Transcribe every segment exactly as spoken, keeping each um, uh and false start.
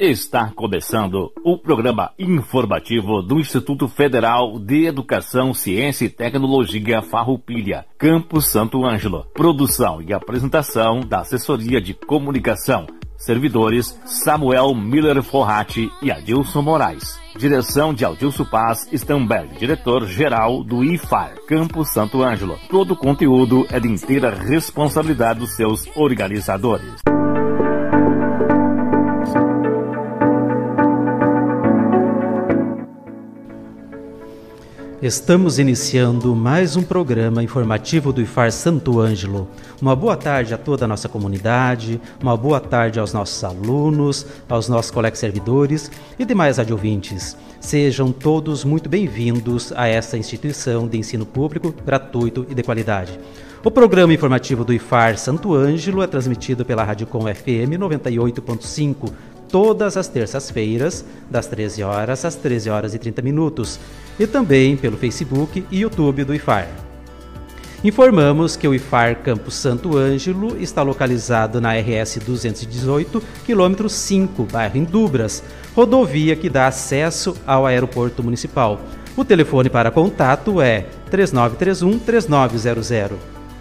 Está começando o programa informativo do Instituto Federal de Educação, Ciência e Tecnologia Farroupilha, Campus Santo Ângelo. Produção e apresentação da Assessoria de Comunicação. Servidores Samuel Miller Forrati e Adilson Moraes. Direção de Aldilson Paz Stamberg, diretor-geral do I F A R, Campus Santo Ângelo. Todo o conteúdo é de inteira responsabilidade dos seus organizadores. Estamos iniciando mais um programa informativo do I F A R Santo Ângelo. Uma boa tarde a toda a nossa comunidade, uma boa tarde aos nossos alunos, aos nossos colegas servidores e demais radiovintes. Sejam todos muito bem-vindos a essa instituição de ensino público, gratuito e de qualidade. O programa informativo do I F A R Santo Ângelo é transmitido pela Rádiocom F M noventa e oito ponto cinco, todas as terças-feiras, das treze horas às treze horas e trinta minutos, e também pelo Facebook e YouTube do I F A R. Informamos que o I F A R Campus Santo Ângelo está localizado na R S duzentos e dezoito, quilômetro cinco, bairro Indubras, rodovia que dá acesso ao aeroporto municipal. O telefone para contato é três nove três um, três nove zero zero.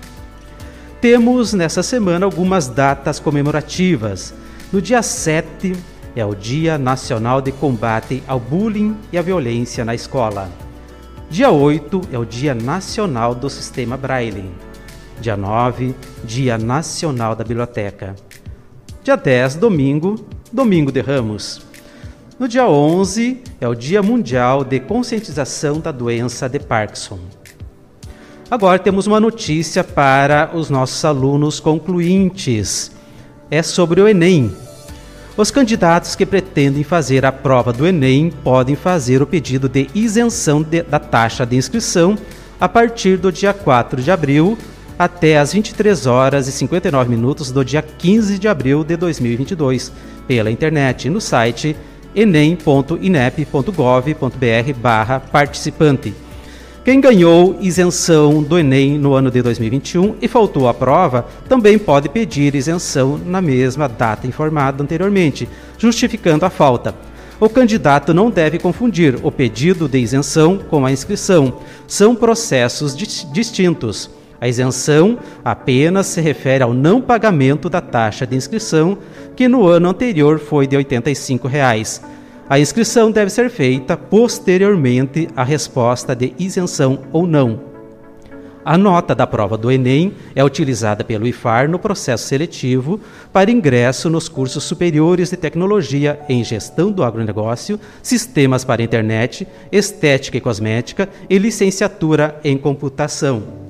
Temos nessa semana algumas datas comemorativas. No dia sete é o Dia Nacional de Combate ao Bullying e à Violência na Escola. Dia oito é o Dia Nacional do Sistema Braille. Dia nove, Dia Nacional da Biblioteca. Dia dez, domingo, Domingo de Ramos. No dia onze é o Dia Mundial de Conscientização da Doença de Parkinson. Agora temos uma notícia para os nossos alunos concluintes. É sobre o Enem. Os candidatos que pretendem fazer a prova do Enem podem fazer o pedido de isenção de, da taxa de inscrição a partir do dia quatro de abril até às vinte e três horas e cinquenta e nove minutos do dia quinze de abril de dois mil e vinte e dois, pela internet no site enem ponto inep ponto gov ponto br barra participante. Quem ganhou isenção do Enem no ano de dois mil e vinte e um e faltou à prova, também pode pedir isenção na mesma data informada anteriormente, justificando a falta. O candidato não deve confundir o pedido de isenção com a inscrição. São processos di- distintos. A isenção apenas se refere ao não pagamento da taxa de inscrição, que no ano anterior foi de oitenta e cinco reais. A inscrição deve ser feita posteriormente à resposta de isenção ou não. A nota da prova do Enem é utilizada pelo I F A R no processo seletivo para ingresso nos cursos superiores de tecnologia em gestão do agronegócio, sistemas para a internet, estética e cosmética e licenciatura em computação.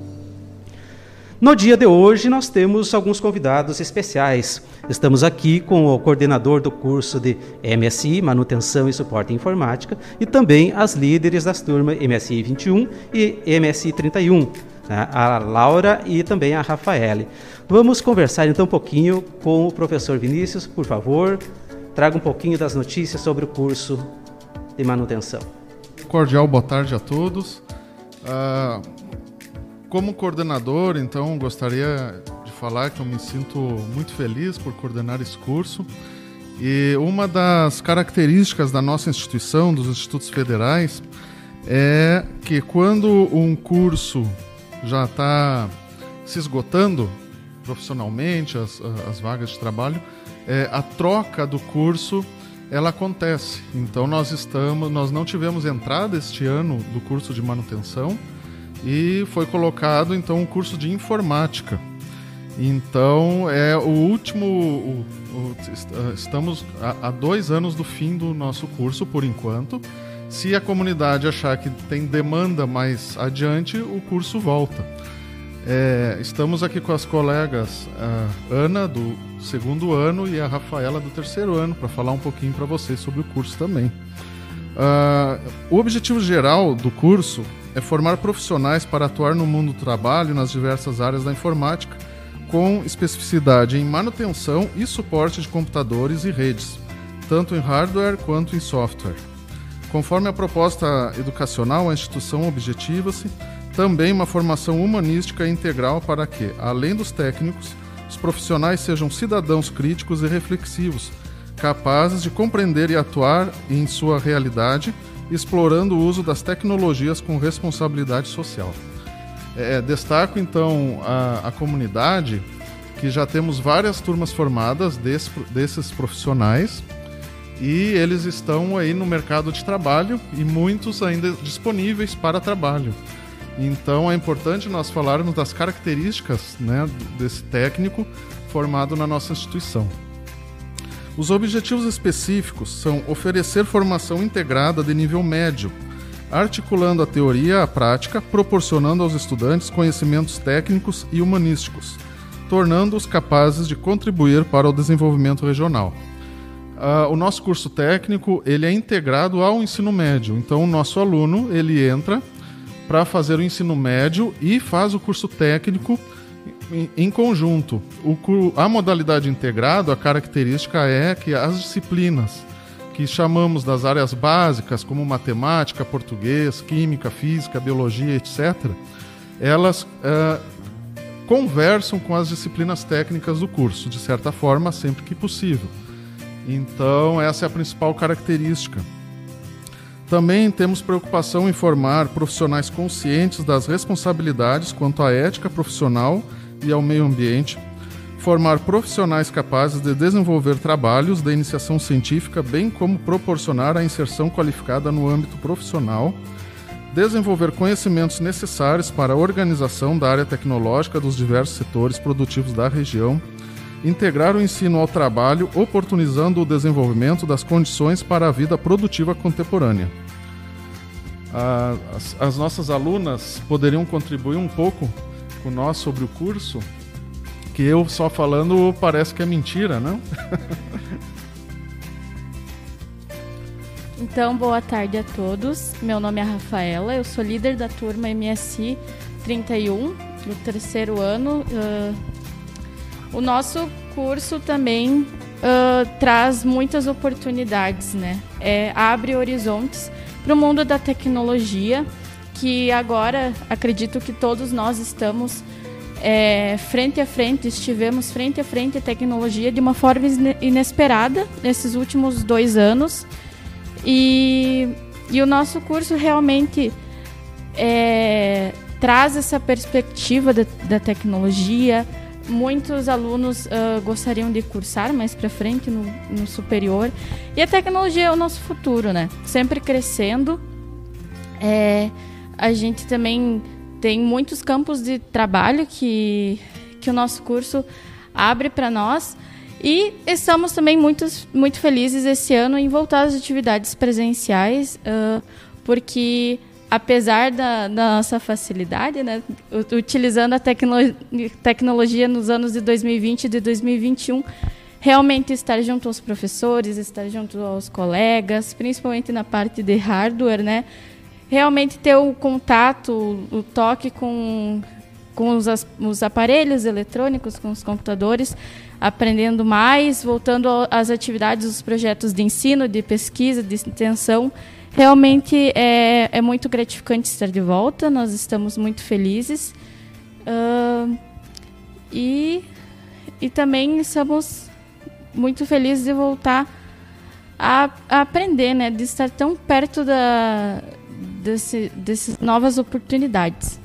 No dia de hoje, nós temos alguns convidados especiais. Estamos aqui com o coordenador do curso de M S I, Manutenção e Suporte em Informática, e também as líderes das turmas M S I vinte e um e M S I trinta e um, né? A Laura e também a Rafaele. Vamos conversar então um pouquinho com o professor Vinícius, por favor. Traga um pouquinho das notícias sobre o curso de manutenção. Cordial boa tarde a todos. Uh... Como coordenador, então, gostaria de falar que eu me sinto muito feliz por coordenar esse curso. E uma das características da nossa instituição, dos institutos federais, é que quando um curso já está se esgotando profissionalmente, as, as vagas de trabalho, é, a troca do curso ela acontece. Então, nós, estamos, nós não tivemos entrada este ano do curso de manutenção, e foi colocado então um curso de informática. Então é o último, o, o, estamos há dois anos do fim do nosso curso por enquanto. Se a comunidade achar que tem demanda mais adiante, o curso volta. É, estamos aqui com as colegas a Ana do segundo ano e a Rafaela do terceiro ano para falar um pouquinho para vocês sobre o curso também. Uh, o objetivo geral do curso é formar profissionais para atuar no mundo do trabalho nas diversas áreas da informática, com especificidade em manutenção e suporte de computadores e redes, tanto em hardware quanto em software. Conforme a proposta educacional, a instituição objetiva-se também uma formação humanística e integral para que, além dos técnicos, os profissionais sejam cidadãos críticos e reflexivos, capazes de compreender e atuar em sua realidade, explorando o uso das tecnologias com responsabilidade social. É, destaco, então, a, a comunidade, que já temos várias turmas formadas desse, desses profissionais, e eles estão aí no mercado de trabalho e muitos ainda disponíveis para trabalho. Então é importante nós falarmos das características, né, desse técnico formado na nossa instituição. Os objetivos específicos são oferecer formação integrada de nível médio, articulando a teoria e a prática, proporcionando aos estudantes conhecimentos técnicos e humanísticos, tornando-os capazes de contribuir para o desenvolvimento regional. Uh, o nosso curso técnico ele é integrado ao ensino médio, então o nosso aluno ele entra para fazer o ensino médio e faz o curso técnico em, em conjunto. O, a modalidade integrado, a característica é que as disciplinas que chamamos das áreas básicas, como matemática, português, química, física, biologia, etcétera, elas uh, conversam com as disciplinas técnicas do curso, de certa forma, sempre que possível. Então, essa é a principal característica. Também temos preocupação em formar profissionais conscientes das responsabilidades quanto à ética profissional e ao meio ambiente, formar profissionais capazes de desenvolver trabalhos de iniciação científica, bem como proporcionar a inserção qualificada no âmbito profissional, desenvolver conhecimentos necessários para a organização da área tecnológica dos diversos setores produtivos da região, integrar o ensino ao trabalho, oportunizando o desenvolvimento das condições para a vida produtiva contemporânea. As, as nossas alunas poderiam contribuir um pouco com nós sobre o curso, que eu só falando parece que é mentira, não? Então, boa tarde a todos. Meu nome é Rafaela, eu sou líder da turma M S I trinta e um, do terceiro ano. Uh, O nosso curso também uh, traz muitas oportunidades, né? É, abre horizontes para o mundo da tecnologia, que agora acredito que todos nós estamos é, frente a frente, estivemos frente a frente à tecnologia de uma forma inesperada nesses últimos dois anos. E, e o nosso curso realmente é, traz essa perspectiva da, da tecnologia. Muitos alunos uh, gostariam de cursar mais para frente no, no superior. E a tecnologia é o nosso futuro, né? Sempre crescendo. É, a gente também tem muitos campos de trabalho que, que o nosso curso abre para nós. E estamos também muito, muito felizes esse ano em voltar às atividades presenciais, uh, porque... apesar da, da nossa facilidade, né, utilizando a tecno- tecnologia nos anos de dois mil e vinte e de dois mil e vinte e um, realmente estar junto aos professores, estar junto aos colegas, principalmente na parte de hardware, né, realmente ter o contato, o toque com, com os, os aparelhos eletrônicos, com os computadores, aprendendo mais, voltando às atividades, os projetos de ensino, de pesquisa, de extensão. Realmente é, é muito gratificante estar de volta, nós estamos muito felizes. Uh, e, e também estamos muito felizes de voltar a, a aprender, né? De estar tão perto da, desse, dessas novas oportunidades.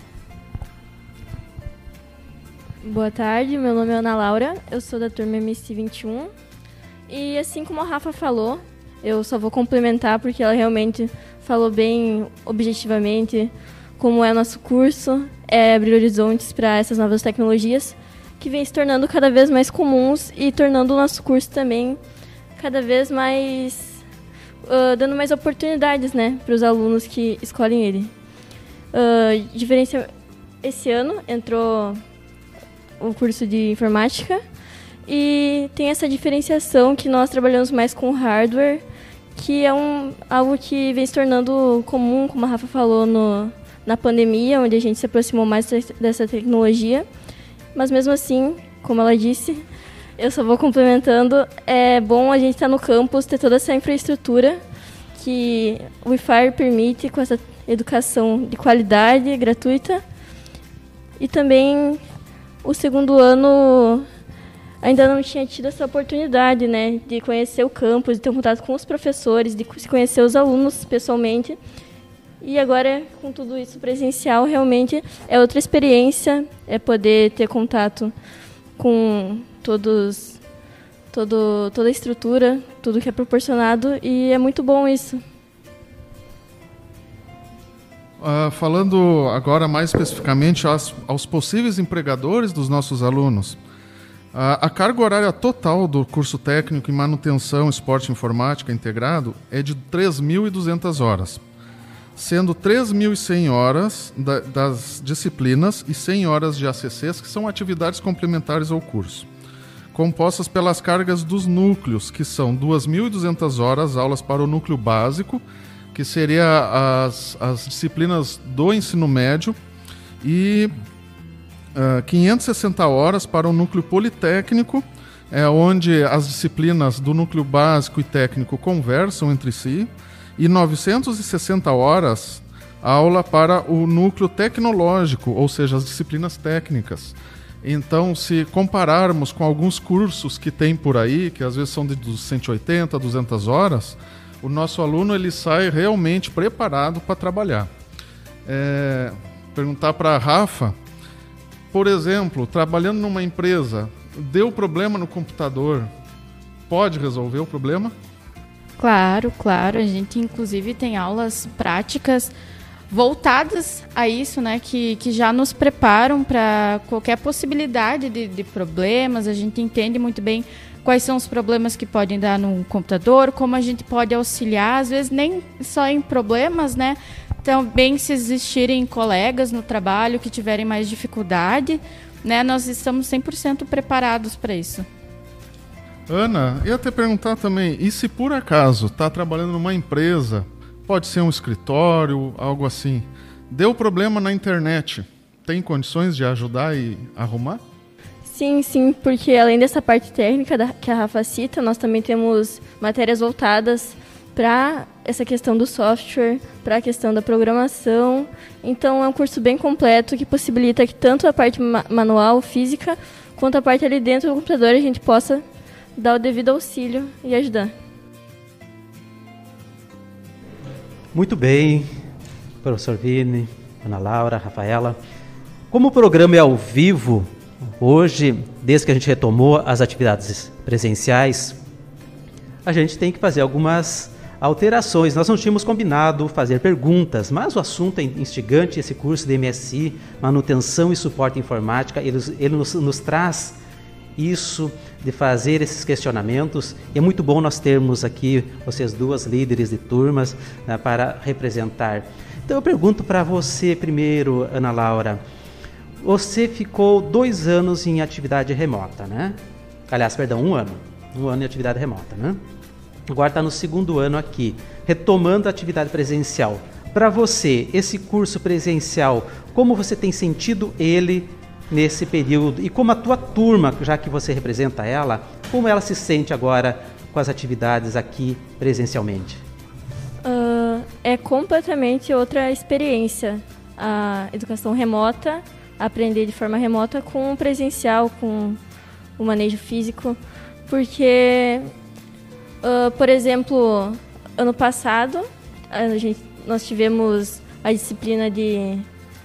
Boa tarde, meu nome é Ana Laura, eu sou da turma M S I vinte e um. E assim como a Rafa falou, eu só vou complementar porque ela realmente falou bem objetivamente como é o nosso curso, é abrir horizontes para essas novas tecnologias que vêm se tornando cada vez mais comuns e tornando o nosso curso também cada vez mais, uh, dando mais oportunidades, né, para os alunos que escolhem ele. Uh, diferença, esse ano entrou o curso de informática e tem essa diferenciação que nós trabalhamos mais com hardware, que é um, algo que vem se tornando comum, como a Rafa falou, no, na pandemia, onde a gente se aproximou mais dessa tecnologia. Mas mesmo assim, como ela disse, eu só vou complementando, é bom a gente estar no campus, ter toda essa infraestrutura que o I F A R permite, com essa educação de qualidade, gratuita. E também o segundo ano ainda não tinha tido essa oportunidade, né, de conhecer o campus, de ter um contato com os professores, de conhecer os alunos pessoalmente. E agora, com tudo isso presencial, realmente é outra experiência, é poder ter contato com todos, todo, toda a estrutura, tudo que é proporcionado, e é muito bom isso. Uh, falando agora mais especificamente aos, aos possíveis empregadores dos nossos alunos, uh, a carga horária total do curso técnico em manutenção, esporte e informática integrado é de três mil e duzentas horas. Sendo três mil e cem horas da, das disciplinas e cem horas de A C Cs, que são atividades complementares ao curso, compostas pelas cargas dos núcleos, que são duas mil e duzentas horas, aulas para o núcleo básico, que seria as, as disciplinas do ensino médio, e uh, quinhentas e sessenta horas para o núcleo politécnico, é, onde as disciplinas do núcleo básico e técnico conversam entre si, e novecentas e sessenta horas aula para o núcleo tecnológico, ou seja, as disciplinas técnicas. Então, se compararmos com alguns cursos que tem por aí, que às vezes são de cento e oitenta, duzentas horas, o nosso aluno ele sai realmente preparado para trabalhar. É, perguntar para a Rafa, por exemplo, trabalhando numa empresa, deu problema no computador, pode resolver o problema? Claro, claro. A gente, inclusive, tem aulas práticas voltadas a isso, né? Que, que já nos preparam para qualquer possibilidade de, de problemas. A gente entende muito bem quais são os problemas que podem dar no computador, como a gente pode auxiliar, às vezes nem só em problemas, né? Também se existirem colegas no trabalho que tiverem mais dificuldade, né? Nós estamos cem por cento preparados para isso. Ana, ia até perguntar também, e se por acaso está trabalhando numa empresa, pode ser um escritório, algo assim, deu problema na internet, tem condições de ajudar e arrumar? Sim, sim, porque além dessa parte técnica da, que a Rafa cita, nós também temos matérias voltadas para essa questão do software, para a questão da programação. Então é um curso bem completo que possibilita que tanto a parte ma- manual, física, quanto a parte ali dentro do computador a gente possa dar o devido auxílio e ajudar. Muito bem, professor Vini, Ana Laura, Rafaela. Como o programa é ao vivo, hoje, desde que a gente retomou as atividades presenciais, a gente tem que fazer algumas alterações. Nós não tínhamos combinado fazer perguntas, mas o assunto é instigante, esse curso de M S I, Manutenção e Suporte Informática, ele, ele nos, nos traz isso de fazer esses questionamentos, e é muito bom nós termos aqui vocês duas líderes de turmas, né, para representar. Então eu pergunto para você primeiro, Ana Laura, você ficou dois anos em atividade remota, né? Aliás, perdão, um ano, um ano em atividade remota, né? Agora está no segundo ano aqui, retomando a atividade presencial. Para você, esse curso presencial, como você tem sentido ele nesse período? E como a tua turma, já que você representa ela, como ela se sente agora com as atividades aqui presencialmente? Uh, é completamente outra experiência. A educação remota, aprender de forma remota com o presencial, com o manejo físico. Porque, uh, por exemplo, ano passado, a gente, nós tivemos a disciplina de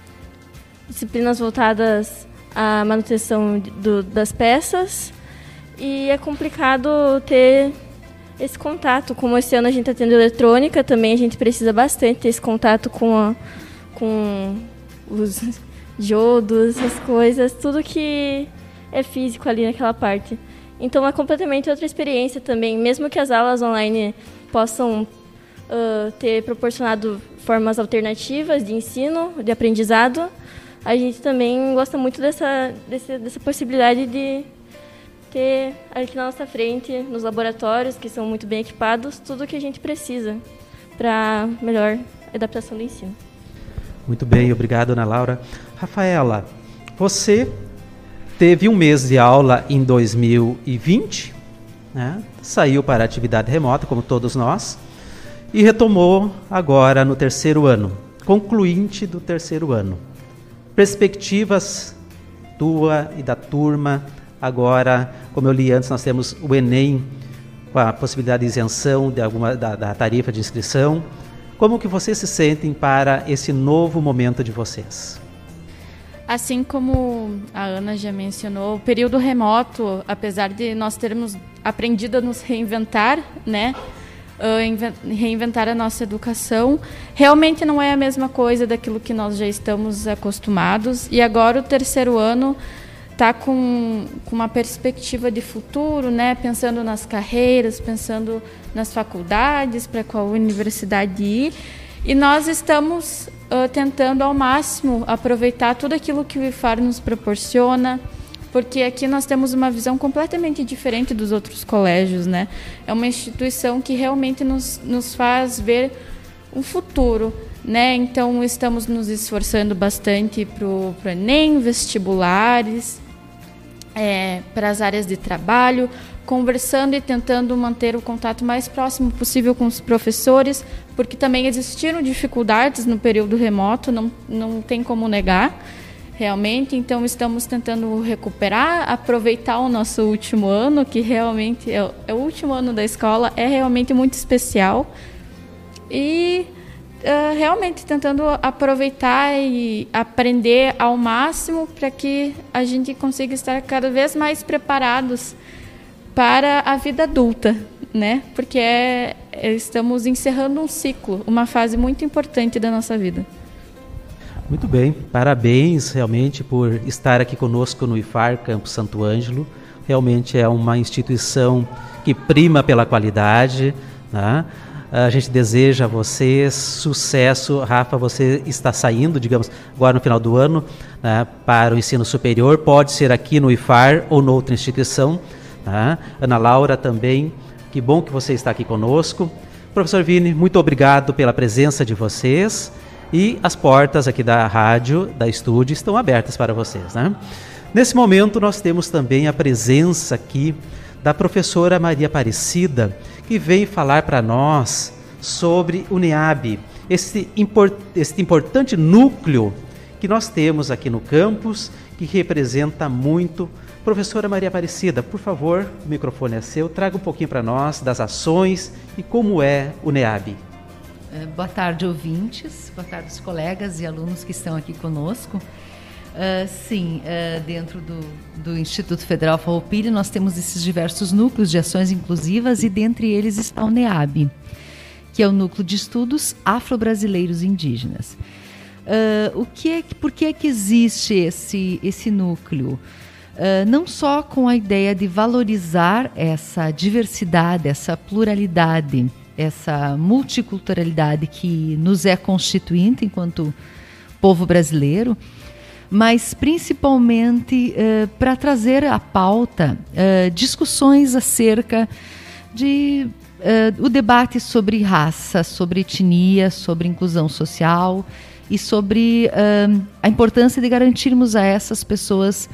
disciplinas voltadas à manutenção do, das peças, e é complicado ter esse contato. Como esse ano a gente está tendo eletrônica, também a gente precisa bastante ter esse contato com, a, com os diodos, as coisas, tudo que é físico ali naquela parte. Então é completamente outra experiência também, mesmo que as aulas online possam uh, ter proporcionado formas alternativas de ensino, de aprendizado, a gente também gosta muito dessa, dessa, dessa possibilidade de ter aqui na nossa frente, nos laboratórios, que são muito bem equipados, tudo o que a gente precisa para melhor adaptação do ensino. Muito bem, obrigado, Ana Laura. Rafaela, você teve um mês de aula em dois mil e vinte, né? Saiu para a atividade remota, como todos nós, e retomou agora no terceiro ano, concluinte do terceiro ano. Perspectivas tua e da turma Agora, como eu li antes, nós temos o Enem, com a possibilidade de isenção de alguma, da, da tarifa de inscrição. Como que vocês se sentem para esse novo momento de vocês? Assim como a Ana já mencionou, o período remoto, apesar de nós termos aprendido a nos reinventar, né, reinventar a nossa educação, realmente não é a mesma coisa daquilo que nós já estamos acostumados. E agora o terceiro ano está com, com uma perspectiva de futuro, né, pensando nas carreiras, pensando nas faculdades, para qual universidade ir. E nós estamos uh, tentando ao máximo aproveitar tudo aquilo que o I F A R nos proporciona, porque aqui nós temos uma visão completamente diferente dos outros colégios, né? É uma instituição que realmente nos, nos faz ver um futuro, né? Então, estamos nos esforçando bastante para o Enem, vestibulares, é, para as áreas de trabalho, conversando e tentando manter o contato mais próximo possível com os professores, porque também existiram dificuldades no período remoto, não, não tem como negar, realmente. Então, estamos tentando recuperar, aproveitar o nosso último ano, que realmente é, é o último ano da escola, é realmente muito especial. E uh, realmente tentando aproveitar e aprender ao máximo para que a gente consiga estar cada vez mais preparados para a vida adulta, né? Porque é, é, estamos encerrando um ciclo, uma fase muito importante da nossa vida. Muito bem, parabéns realmente por estar aqui conosco no I F A R Campus Santo Ângelo. Realmente é uma instituição que prima pela qualidade, né? A gente deseja a vocês sucesso. Rafa, você está saindo, digamos, agora no final do ano, né, para o ensino superior. Pode ser aqui no I F A R ou noutra instituição. Tá? Ana Laura também, que bom que você está aqui conosco. Professor Vini, muito obrigado pela presença de vocês. E as portas aqui da rádio, da estúdio, estão abertas para vocês, né? Nesse momento, nós temos também a presença aqui da professora Maria Aparecida, que vem falar para nós sobre o NEAB, esse, import, esse importante núcleo que nós temos aqui no campus, que representa muito. Professora Maria Aparecida, por favor, o microfone é seu, traga um pouquinho para nós das ações e como é o NEAB. Boa tarde, ouvintes, boa tarde, os colegas e alunos que estão aqui conosco. Uh, sim, uh, dentro do, do Instituto Federal Farroupilha nós temos esses diversos núcleos de ações inclusivas e dentre eles está o NEAB, que é o Núcleo de Estudos Afro-Brasileiros Indígenas. Uh, o que é, por que é que existe esse, esse núcleo? Uh, não só com a ideia de valorizar essa diversidade, essa pluralidade, essa multiculturalidade que nos é constituinte enquanto povo brasileiro, mas principalmente uh, para trazer à pauta uh, discussões acerca de uh, o debate sobre raça, sobre etnia, sobre inclusão social e sobre uh, a importância de garantirmos a essas pessoas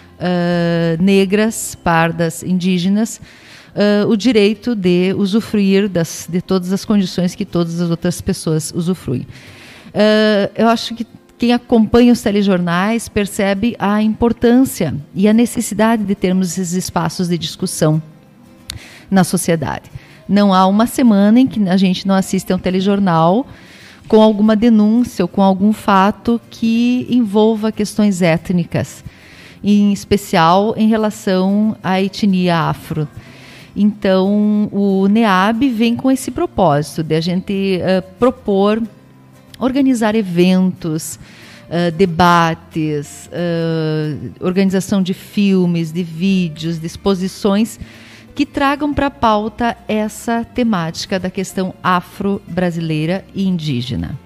uh, negras, pardas, indígenas, Uh, o direito de usufruir das, de todas as condições que todas as outras pessoas usufruem. Uh, eu acho que quem acompanha os telejornais percebe a importância e a necessidade de termos esses espaços de discussão na sociedade. Não há uma semana em que a gente não assiste a um telejornal com alguma denúncia ou com algum fato que envolva questões étnicas, em especial em relação à etnia afro. Então, o NEAB vem com esse propósito de a gente uh, propor, organizar eventos, uh, debates, uh, organização de filmes, de vídeos, de exposições que tragam para a pauta essa temática da questão afro-brasileira e indígena.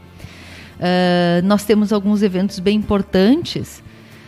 Uh, nós temos alguns eventos bem importantes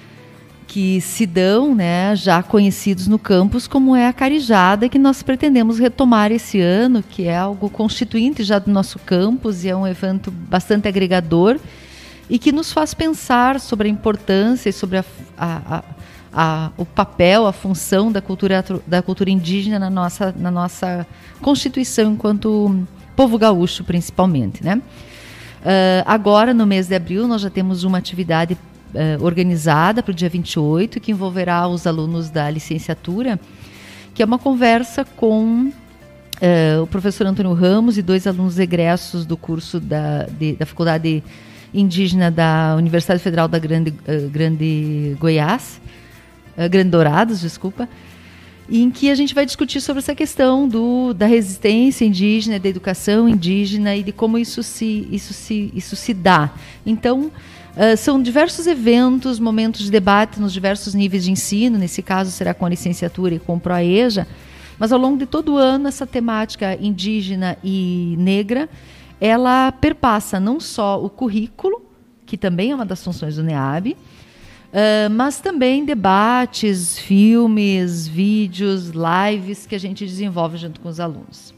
que se dão, né, já conhecidos no campus, como é a Carijada, que nós pretendemos retomar esse ano, que é algo constituinte já do nosso campus e é um evento bastante agregador e que nos faz pensar sobre a importância e sobre a, a, a, a, o papel, a função da cultura, da cultura indígena na nossa, na nossa constituição enquanto povo gaúcho, principalmente, né? Uh, agora, no mês de abril, nós já temos uma atividade uh, organizada para o dia vinte e oito, que envolverá os alunos da licenciatura, que é uma conversa com uh, o professor Antônio Ramos e dois alunos egressos do curso da, de, da Faculdade Indígena da Universidade Federal da Grande, uh, Grande Goiás, uh, Grande Dourados, desculpa, em que a gente vai discutir sobre essa questão do, da resistência indígena, da educação indígena e de como isso se, isso se, isso se dá. Então, uh, são diversos eventos, momentos de debate nos diversos níveis de ensino, nesse caso será com a licenciatura e com o ProEja, mas ao longo de todo o ano essa temática indígena e negra, ela perpassa não só o currículo, que também é uma das funções do NEAB, Uh, mas também debates, filmes, vídeos, lives que a gente desenvolve junto com os alunos.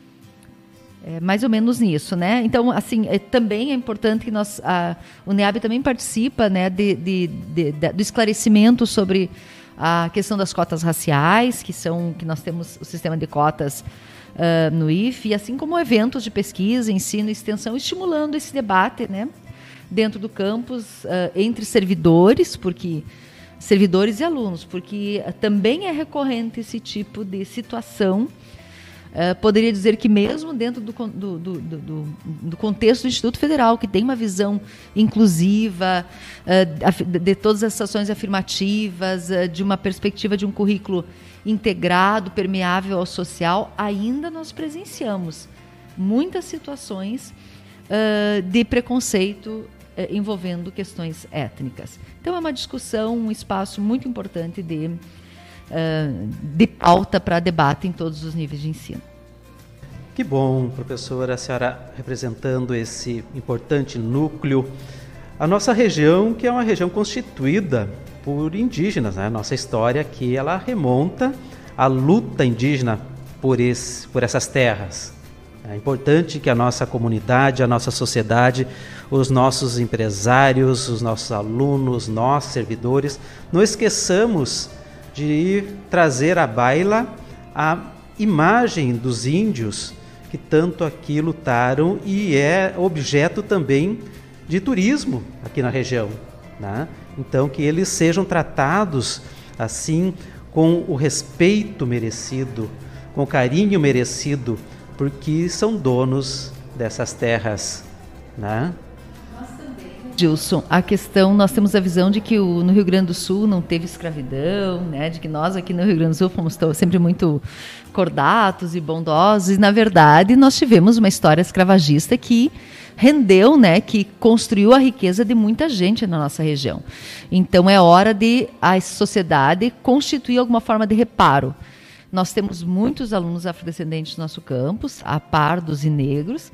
É mais ou menos nisso, né? Então, assim, é, também é importante que nós, a, o NEAB também participa, né, de, de, de, de, do esclarecimento sobre a questão das cotas raciais, que são que nós temos o sistema de cotas uh, no I F E, assim como eventos de pesquisa, ensino e extensão, estimulando esse debate, né, dentro do campus, uh, entre servidores, porque servidores e alunos, porque uh, também é recorrente esse tipo de situação. Uh, poderia dizer que mesmo dentro do, do, do, do, do contexto do Instituto Federal, que tem uma visão inclusiva, uh, de, de todas as ações afirmativas, uh, de uma perspectiva de um currículo integrado, permeável ao social, ainda nós presenciamos muitas situações uh, de preconceito envolvendo questões étnicas. Então é uma discussão, um espaço muito importante de, uh, de pauta para debate em todos os níveis de ensino. Que bom, professora, a senhora representando esse importante núcleo. A nossa região, que é uma região constituída por indígenas, né? Nossa história aqui, ela remonta à luta indígena por, esse, por essas terras. É importante que a nossa comunidade, a nossa sociedade, os nossos empresários, os nossos alunos, nós, servidores, não esqueçamos de trazer à baila a imagem dos índios que tanto aqui lutaram e é objeto também de turismo aqui na região, né? Então, que eles sejam tratados assim com o respeito merecido, com o carinho merecido, porque são donos dessas terras, né? Nós também, Gilson, a questão, nós temos a visão de que o, no Rio Grande do Sul não teve escravidão, né? De que nós aqui no Rio Grande do Sul fomos sempre muito cordatos e bondosos, e na verdade nós tivemos uma história escravagista que rendeu, né? Que construiu a riqueza de muita gente na nossa região. Então é hora de a sociedade constituir alguma forma de reparo. Nós temos muitos alunos afrodescendentes no nosso campus, a pardos e negros,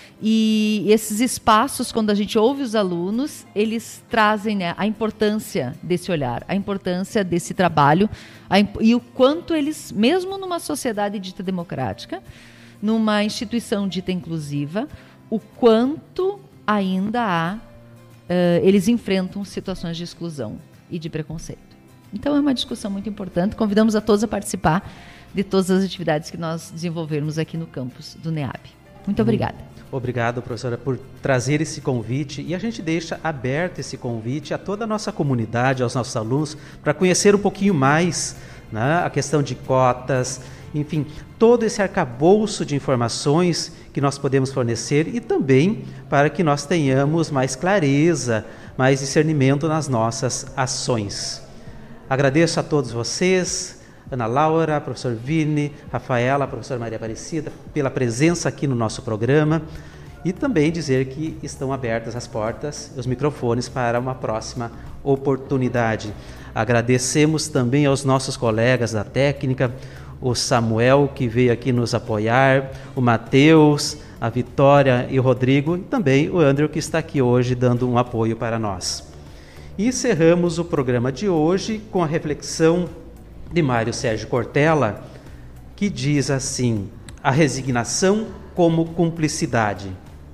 e esses espaços, quando a gente ouve os alunos, eles trazem, né, a importância desse olhar, a importância desse trabalho, a imp- e o quanto eles, mesmo numa sociedade dita democrática, numa instituição dita inclusiva, o quanto ainda há, uh, eles enfrentam situações de exclusão e de preconceito. Então é uma discussão muito importante. Convidamos a todos a participar de todas as atividades que nós desenvolvermos aqui no campus do NEAB. Muito obrigada. Obrigado, professora, por trazer esse convite, e a gente deixa aberto esse convite a toda a nossa comunidade, aos nossos alunos, para conhecer um pouquinho mais, né, a questão de cotas, enfim, todo esse arcabouço de informações que nós podemos fornecer, e também para que nós tenhamos mais clareza, mais discernimento nas nossas ações. Agradeço a todos vocês, Ana Laura, professor Vini, Rafaela, professora Maria Aparecida, pela presença aqui no nosso programa, e também dizer que estão abertas as portas, os microfones para uma próxima oportunidade. Agradecemos também aos nossos colegas da técnica, o Samuel, que veio aqui nos apoiar, o Matheus, a Vitória e o Rodrigo, e também o André, que está aqui hoje dando um apoio para nós. E encerramos o programa de hoje com a reflexão de Mário Sérgio Cortella, que diz assim: a resignação como cumplicidade.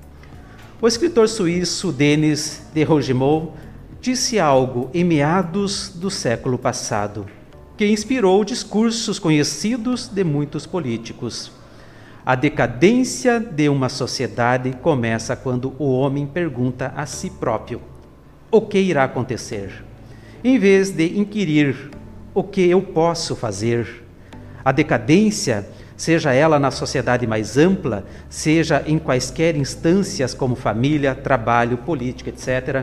O escritor suíço Denis de Rougemont disse algo em meados do século passado, que inspirou discursos conhecidos de muitos políticos. A decadência de uma sociedade começa quando o homem pergunta a si próprio: o que irá acontecer, em vez de inquirir o que eu posso fazer. A decadência, seja ela na sociedade mais ampla, seja em quaisquer instâncias como família, trabalho, política, etcétera,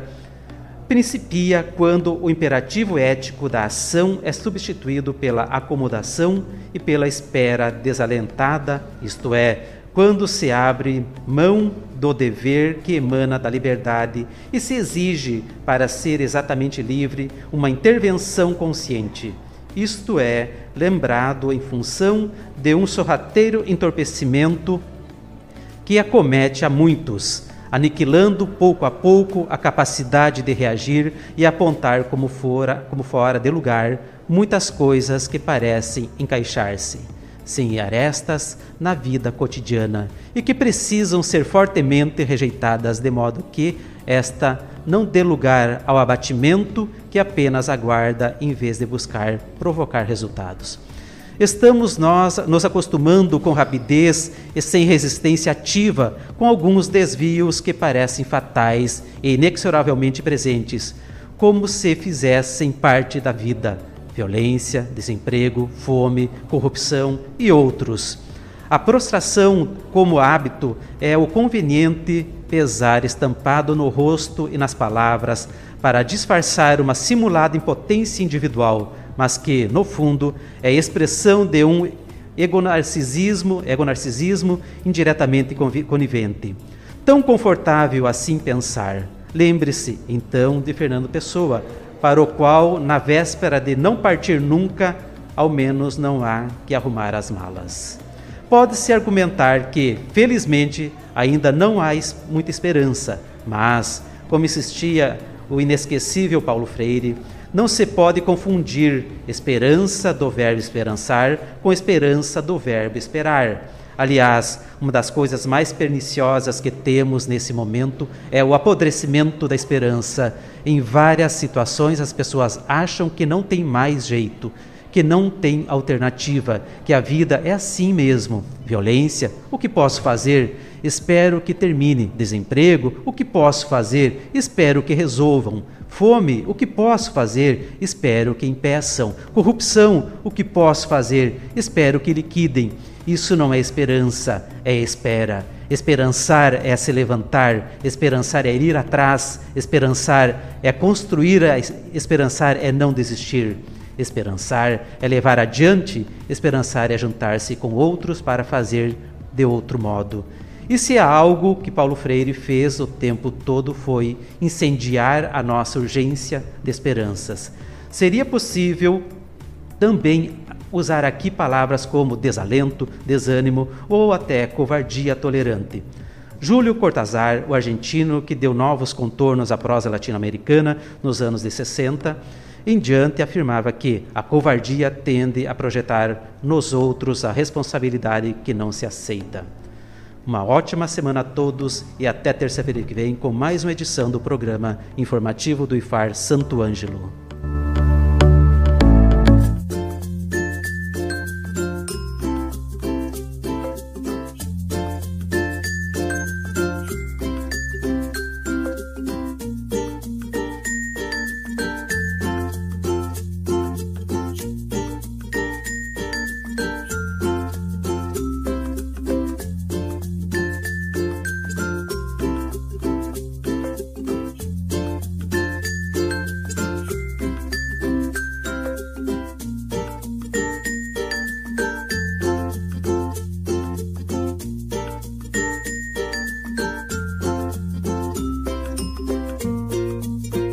principia quando o imperativo ético da ação é substituído pela acomodação e pela espera desalentada, isto é, quando se abre mão do dever que emana da liberdade e se exige, para ser exatamente livre, uma intervenção consciente, isto é, lembrado em função de um sorrateiro entorpecimento que acomete a muitos, aniquilando pouco a pouco a capacidade de reagir e apontar como fora, como fora de lugar muitas coisas que parecem encaixar-se, sem arestas, na vida cotidiana e que precisam ser fortemente rejeitadas, de modo que esta não dê lugar ao abatimento que apenas aguarda em vez de buscar provocar resultados. Estamos nós nos acostumando com rapidez e sem resistência ativa com alguns desvios que parecem fatais e inexoravelmente presentes, como se fizessem parte da vida: violência, desemprego, fome, corrupção e outros. A prostração como hábito é o conveniente pesar estampado no rosto e nas palavras para disfarçar uma simulada impotência individual, mas que, no fundo, é expressão de um egonarcisismo, egonarcisismo indiretamente conivente. Tão confortável assim pensar. Lembre-se, então, de Fernando Pessoa, para o qual, na véspera de não partir nunca, ao menos não há que arrumar as malas. Pode-se argumentar que, felizmente, ainda não há muita esperança, mas, como insistia o inesquecível Paulo Freire, não se pode confundir esperança do verbo esperançar com esperança do verbo esperar. Aliás, uma das coisas mais perniciosas que temos nesse momento é o apodrecimento da esperança. Em várias situações, as pessoas acham que não tem mais jeito, que não tem alternativa, que a vida é assim mesmo. Violência, o que posso fazer? Espero que termine. Desemprego, o que posso fazer? Espero que resolvam. Fome, o que posso fazer? Espero que impeçam. Corrupção, o que posso fazer? Espero que liquidem. Isso não é esperança, é espera. Esperançar é se levantar, esperançar é ir atrás, esperançar é construir, esperançar é não desistir. Esperançar é levar adiante, esperançar é juntar-se com outros para fazer de outro modo. E se há algo que Paulo Freire fez o tempo todo foi incendiar a nossa urgência de esperanças. Seria possível também usar aqui palavras como desalento, desânimo ou até covardia tolerante. Júlio Cortázar, o argentino que deu novos contornos à prosa latino-americana nos anos de sessenta, em diante afirmava que a covardia tende a projetar nos outros a responsabilidade que não se aceita. Uma ótima semana a todos e até terça-feira que vem com mais uma edição do programa informativo do I F A R Santo Ângelo.